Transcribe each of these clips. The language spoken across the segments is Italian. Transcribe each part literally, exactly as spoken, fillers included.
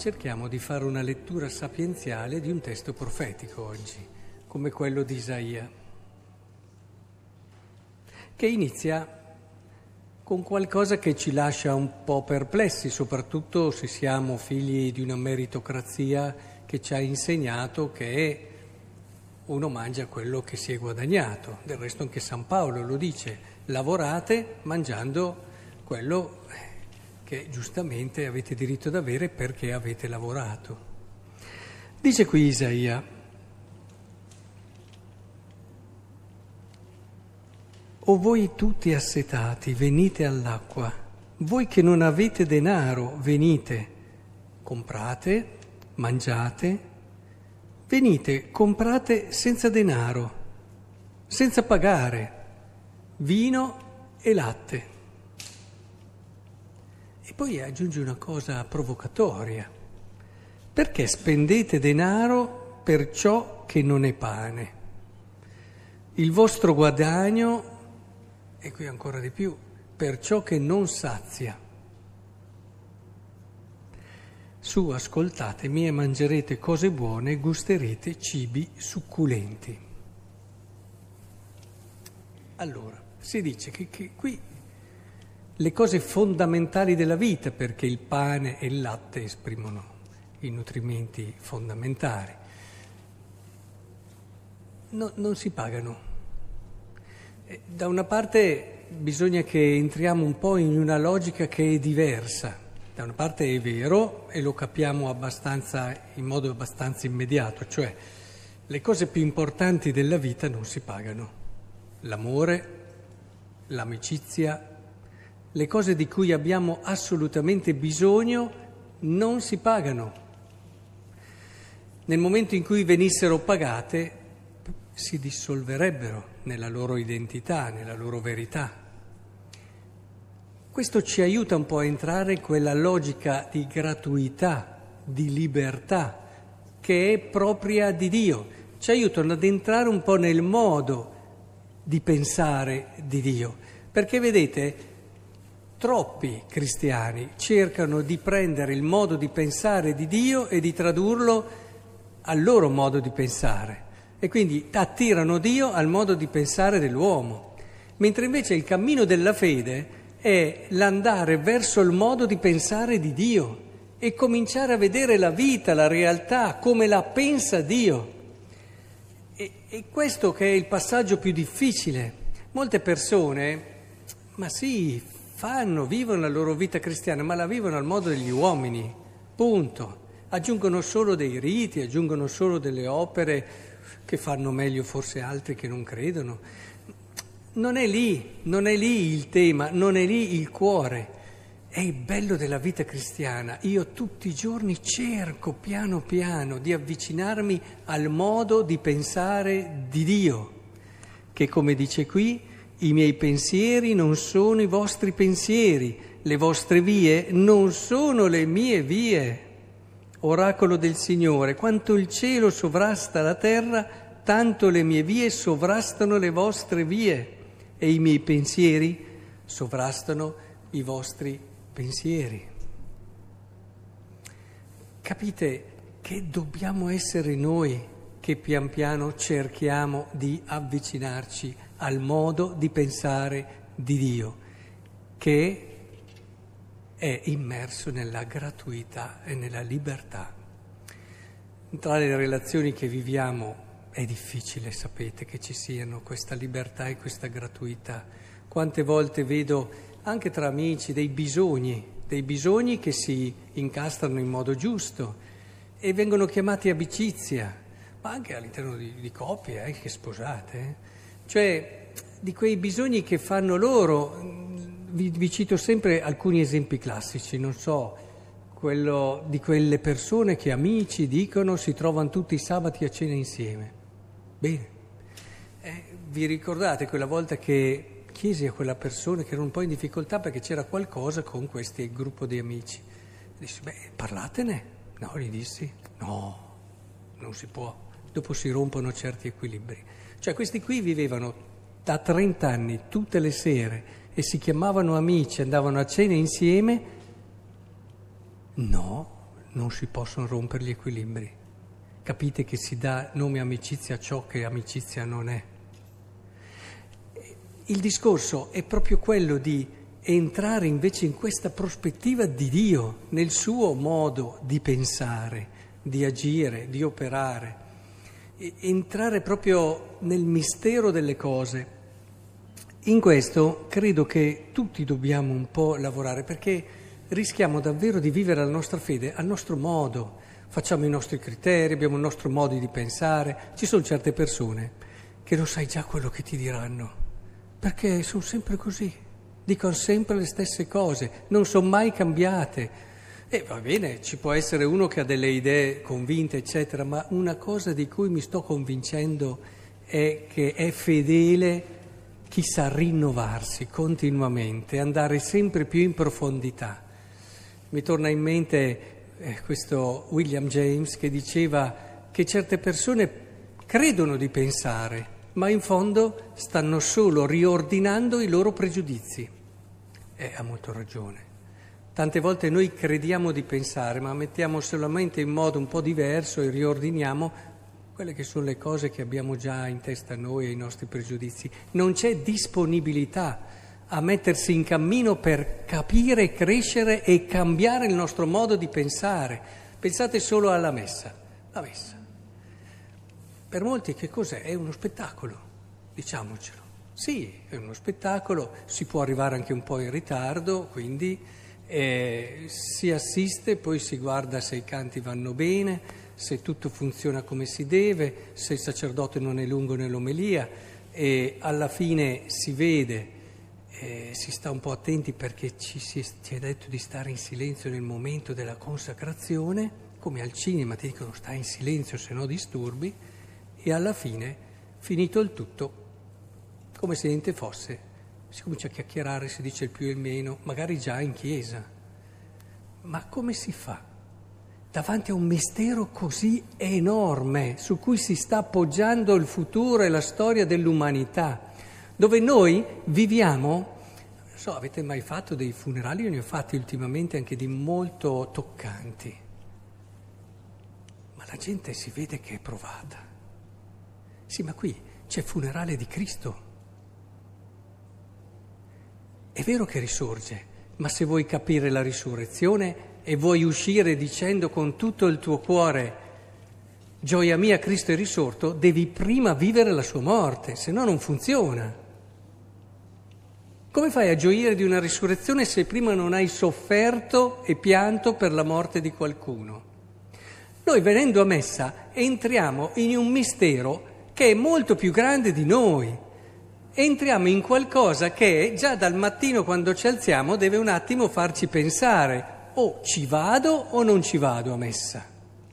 cerchiamo di fare una lettura sapienziale di un testo profetico oggi, come quello di Isaia, che inizia con qualcosa che ci lascia un po' perplessi, soprattutto se siamo figli di una meritocrazia che ci ha insegnato che uno mangia quello che si è guadagnato. Del resto anche San Paolo lo dice: lavorate mangiando quello che giustamente avete diritto ad avere perché avete lavorato. Dice qui Isaia: o voi tutti assetati, venite all'acqua, voi che non avete denaro, venite, comprate, mangiate, venite, comprate senza denaro, senza pagare, vino e latte. E poi aggiunge una cosa provocatoria: perché spendete denaro per ciò che non è pane? Il vostro guadagno, e qui ancora di più, per ciò che non sazia. Su, ascoltatemi e mangerete cose buone e gusterete cibi succulenti. Allora, si dice che, che qui le cose fondamentali della vita, perché il pane e il latte esprimono i nutrimenti fondamentali, no, non si pagano. Da una parte bisogna che entriamo un po' in una logica che è diversa. Da una parte è vero, e lo capiamo abbastanza, in modo abbastanza immediato, cioè le cose più importanti della vita non si pagano. L'amore, l'amicizia, le cose di cui abbiamo assolutamente bisogno non si pagano. Nel momento in cui venissero pagate si dissolverebbero nella loro identità, nella loro verità. Questo ci aiuta un po' a entrare in quella logica di gratuità, di libertà, che è propria di Dio. Ci aiutano ad entrare un po' nel modo di pensare di Dio. Perché vedete, troppi cristiani cercano di prendere il modo di pensare di Dio e di tradurlo al loro modo di pensare. E quindi attirano Dio al modo di pensare dell'uomo. Mentre invece il cammino della fede è l'andare verso il modo di pensare di Dio e cominciare a vedere la vita, la realtà, come la pensa Dio. E, e questo che è il passaggio più difficile. Molte persone, ma sì, fanno, vivono la loro vita cristiana, ma la vivono al modo degli uomini, punto. Aggiungono solo dei riti, aggiungono solo delle opere che fanno meglio forse altri che non credono. Non è lì, non è lì il tema, non è lì il cuore. È il bello della vita cristiana. Io tutti i giorni cerco piano piano di avvicinarmi al modo di pensare di Dio, che come dice qui, i miei pensieri non sono i vostri pensieri, le vostre vie non sono le mie vie. Oracolo del Signore: quanto il cielo sovrasta la terra, tanto le mie vie sovrastano le vostre vie, e i miei pensieri sovrastano i vostri pensieri. Capite che dobbiamo essere noi che pian piano cerchiamo di avvicinarci al modo di pensare di Dio, che è immerso nella gratuità e nella libertà. Tra le relazioni che viviamo è difficile, sapete, che ci siano questa libertà e questa gratuità. Quante volte vedo anche tra amici dei bisogni, dei bisogni che si incastrano in modo giusto e vengono chiamati amicizia, ma anche all'interno di, di coppie, anche sposate, eh? Cioè di quei bisogni che fanno loro. Vi, vi cito sempre alcuni esempi classici, non so, quello di quelle persone che amici dicono si trovano tutti i sabati a cena insieme. Bene, eh, vi ricordate quella volta che chiesi a quella persona che era un po' in difficoltà perché c'era qualcosa con questo gruppo di amici? Dissi: beh, parlatene. No, gli dissi, no, non si può, dopo si rompono certi equilibri. Cioè questi qui vivevano da trent'anni tutte le sere e si chiamavano amici, andavano a cena insieme. No, non si possono rompere gli equilibri. Capite che si dà nome amicizia a ciò che amicizia non è. Il discorso è proprio quello di entrare invece in questa prospettiva di Dio, nel suo modo di pensare, di agire, di operare, e entrare proprio nel mistero delle cose. In questo credo che tutti dobbiamo un po' lavorare, perché rischiamo davvero di vivere la nostra fede al nostro modo. Facciamo i nostri criteri, abbiamo il nostro modo di pensare. Ci sono certe persone che lo sai già quello che ti diranno, perché sono sempre così, dicono sempre le stesse cose, non sono mai cambiate. E va bene, ci può essere uno che ha delle idee convinte, eccetera, ma una cosa di cui mi sto convincendo è che è fedele chi sa rinnovarsi continuamente, andare sempre più in profondità. Mi torna in mente eh, questo William James che diceva che certe persone credono di pensare, ma in fondo stanno solo riordinando i loro pregiudizi. E ha molto ragione. Tante volte noi crediamo di pensare, ma mettiamo solamente in modo un po' diverso e riordiniamo quelle che sono le cose che abbiamo già in testa noi e i nostri pregiudizi. Non c'è disponibilità a mettersi in cammino per capire, crescere e cambiare il nostro modo di pensare. Pensate solo alla messa. La messa. Per molti che cos'è? È uno spettacolo, diciamocelo. Sì, è uno spettacolo, si può arrivare anche un po' in ritardo, quindi eh, si assiste, poi si guarda se i canti vanno bene, se tutto funziona come si deve, se il sacerdote non è lungo nell'omelia, e alla fine si vede, eh, si sta un po' attenti perché ci, si, ci è detto di stare in silenzio nel momento della consacrazione, come al cinema ti dicono stai in silenzio se no disturbi, e alla fine, finito il tutto, come se niente fosse, si comincia a chiacchierare, si dice il più e il meno, magari già in chiesa. Ma come si fa? Davanti a un mistero così enorme, su cui si sta appoggiando il futuro e la storia dell'umanità, dove noi viviamo, non so, avete mai fatto dei funerali? Io ne ho fatti ultimamente anche di molto toccanti, ma la gente si vede che è provata. Sì, ma qui c'è il funerale di Cristo. È vero che risorge, ma se vuoi capire la risurrezione e vuoi uscire dicendo con tutto il tuo cuore gioia mia, Cristo è risorto, devi prima vivere la sua morte, se no non funziona. Come fai a gioire di una risurrezione se prima non hai sofferto e pianto per la morte di qualcuno? Noi venendo a messa entriamo in un mistero che è molto più grande di noi. Entriamo in qualcosa che già dal mattino quando ci alziamo deve un attimo farci pensare o ci vado o non ci vado a messa.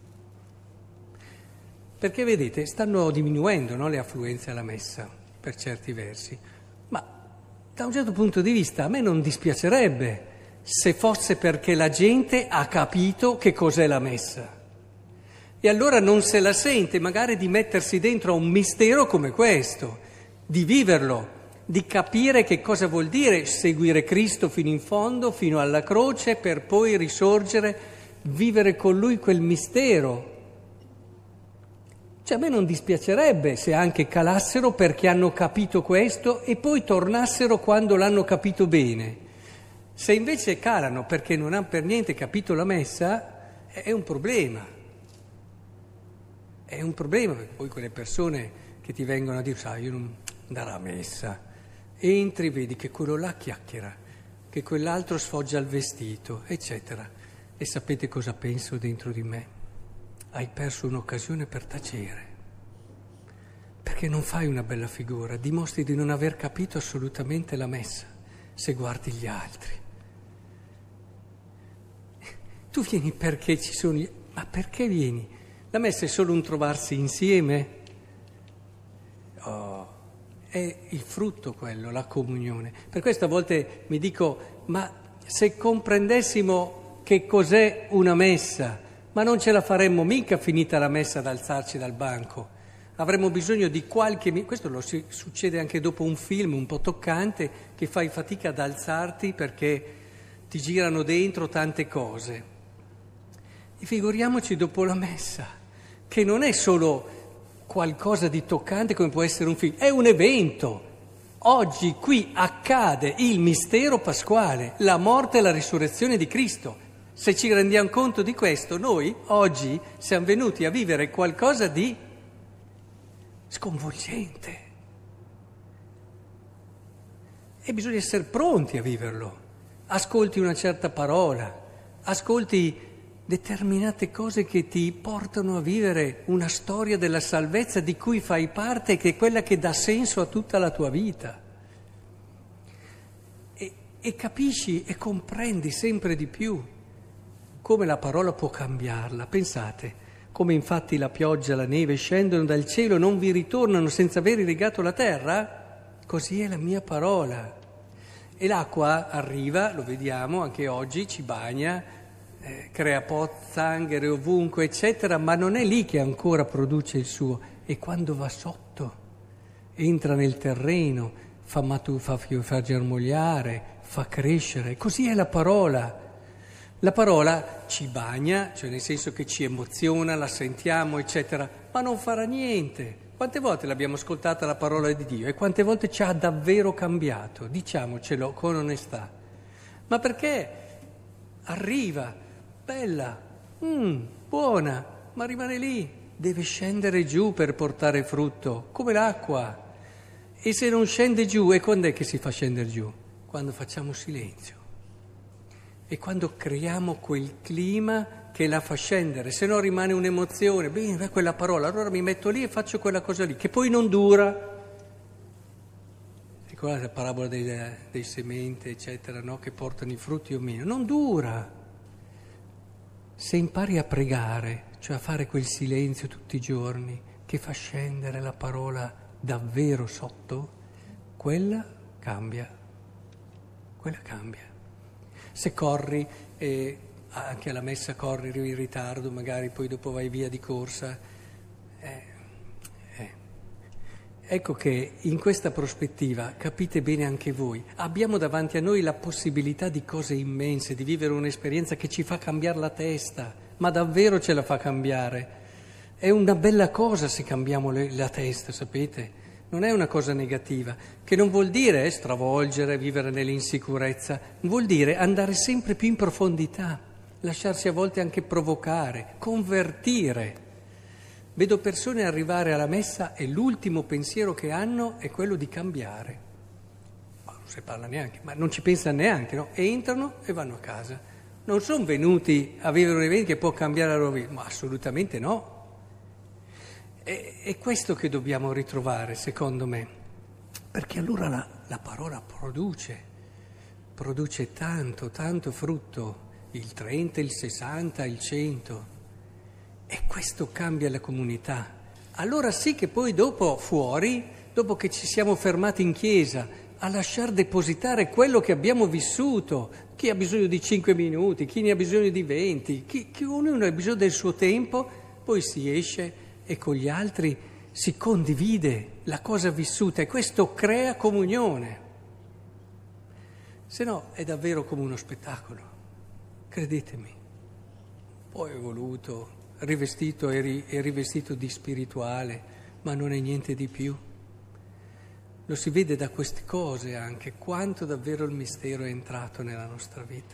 Perché vedete, stanno diminuendo, no, le affluenze alla messa, per certi versi, ma da un certo punto di vista a me non dispiacerebbe se fosse perché la gente ha capito che cos'è la messa. E allora non se la sente magari di mettersi dentro a un mistero come questo, di viverlo, di capire che cosa vuol dire seguire Cristo fino in fondo, fino alla croce, per poi risorgere, vivere con Lui quel mistero. Cioè a me non dispiacerebbe se anche calassero perché hanno capito questo e poi tornassero quando l'hanno capito bene. Se invece calano perché non hanno per niente capito la messa, è un problema. È un problema perché poi quelle persone che ti vengono a dire, sai, io non andrò a messa, entri, vedi che quello là chiacchiera, che quell'altro sfoggia il vestito, eccetera. E sapete cosa penso dentro di me? Hai perso un'occasione per tacere, perché non fai una bella figura, dimostri di non aver capito assolutamente la messa, se guardi gli altri. Tu vieni perché ci sono, ma perché vieni? La messa è solo un trovarsi insieme? Oh, è il frutto quello, la comunione. Per questo a volte mi dico, ma se comprendessimo che cos'è una messa, ma non ce la faremmo mica finita la messa ad alzarci dal banco. Avremmo bisogno di qualche minuto, questo lo si, succede anche dopo un film un po' toccante, che fai fatica ad alzarti perché ti girano dentro tante cose. Figuriamoci dopo la messa, che non è solo qualcosa di toccante come può essere un film, è un evento. Oggi qui accade il mistero pasquale, la morte e la risurrezione di Cristo. Se ci rendiamo conto di questo, noi oggi siamo venuti a vivere qualcosa di sconvolgente. E bisogna essere pronti a viverlo. Ascolti una certa parola, ascolti determinate cose che ti portano a vivere una storia della salvezza di cui fai parte e che è quella che dà senso a tutta la tua vita. E, e capisci e comprendi sempre di più come la parola può cambiarla. Pensate, come infatti la pioggia e la neve scendono dal cielo e non vi ritornano senza aver irrigato la terra, così è la mia parola. E l'acqua arriva, lo vediamo anche oggi, ci bagna, Eh, crea pozzanghere ovunque, eccetera, ma non è lì che ancora produce il suo, è quando va sotto, entra nel terreno, fa, matu- fa, fa germogliare, fa crescere. Così è la parola. La parola ci bagna, cioè nel senso che ci emoziona, la sentiamo, eccetera, ma non farà niente. Quante volte l'abbiamo ascoltata la parola di Dio e quante volte ci ha davvero cambiato, diciamocelo con onestà. Ma perché arriva, bella, mm, buona, ma rimane lì, deve scendere giù per portare frutto, come l'acqua. E se non scende giù, e quando è che si fa scendere giù? Quando facciamo silenzio. E quando creiamo quel clima che la fa scendere, se no rimane un'emozione, bene, quella parola, allora mi metto lì e faccio quella cosa lì, che poi non dura. Ricordate la parabola dei, dei sementi, eccetera, no? Che portano i frutti o meno, non dura. Se impari a pregare, cioè a fare quel silenzio tutti i giorni che fa scendere la parola davvero sotto, quella cambia, quella cambia. Se corri e anche alla messa corri, arrivi in ritardo, magari poi dopo vai via di corsa, eh, eh. Ecco che in questa prospettiva, capite bene anche voi, abbiamo davanti a noi la possibilità di cose immense, di vivere un'esperienza che ci fa cambiare la testa, ma davvero ce la fa cambiare. È una bella cosa se cambiamo le, la testa, sapete? Non è una cosa negativa, che non vuol dire stravolgere, vivere nell'insicurezza, vuol dire andare sempre più in profondità, lasciarsi a volte anche provocare, convertire. Vedo persone arrivare alla messa e l'ultimo pensiero che hanno è quello di cambiare. Ma non si parla neanche, ma non ci pensano neanche, no? E entrano e vanno a casa. Non sono venuti a vivere un evento che può cambiare la loro vita, ma assolutamente no. È, è questo che dobbiamo ritrovare, secondo me, perché allora la, la parola produce, produce tanto, tanto frutto, il trenta, il sessanta, il cento. E questo cambia la comunità. Allora sì che poi dopo fuori, dopo che ci siamo fermati in chiesa, a lasciar depositare quello che abbiamo vissuto. Chi ha bisogno di cinque minuti, chi ne ha bisogno di venti, chi, chi ognuno ha bisogno del suo tempo, poi si esce e con gli altri si condivide la cosa vissuta e questo crea comunione. Se no è davvero come uno spettacolo, credetemi, un po' evoluto, rivestito e, ri, e rivestito di spirituale, ma non è niente di più. Lo si vede da queste cose anche, quanto davvero il mistero è entrato nella nostra vita.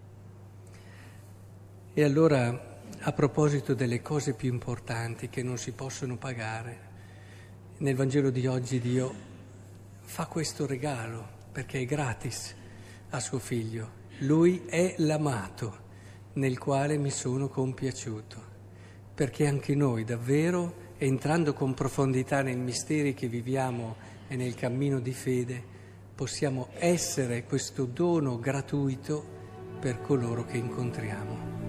E allora, a proposito delle cose più importanti che non si possono pagare, nel Vangelo di oggi Dio fa questo regalo, perché è gratis a suo Figlio. Lui è l'amato nel quale mi sono compiaciuto, perché anche noi davvero, entrando con profondità nei misteri che viviamo e nel cammino di fede, possiamo essere questo dono gratuito per coloro che incontriamo.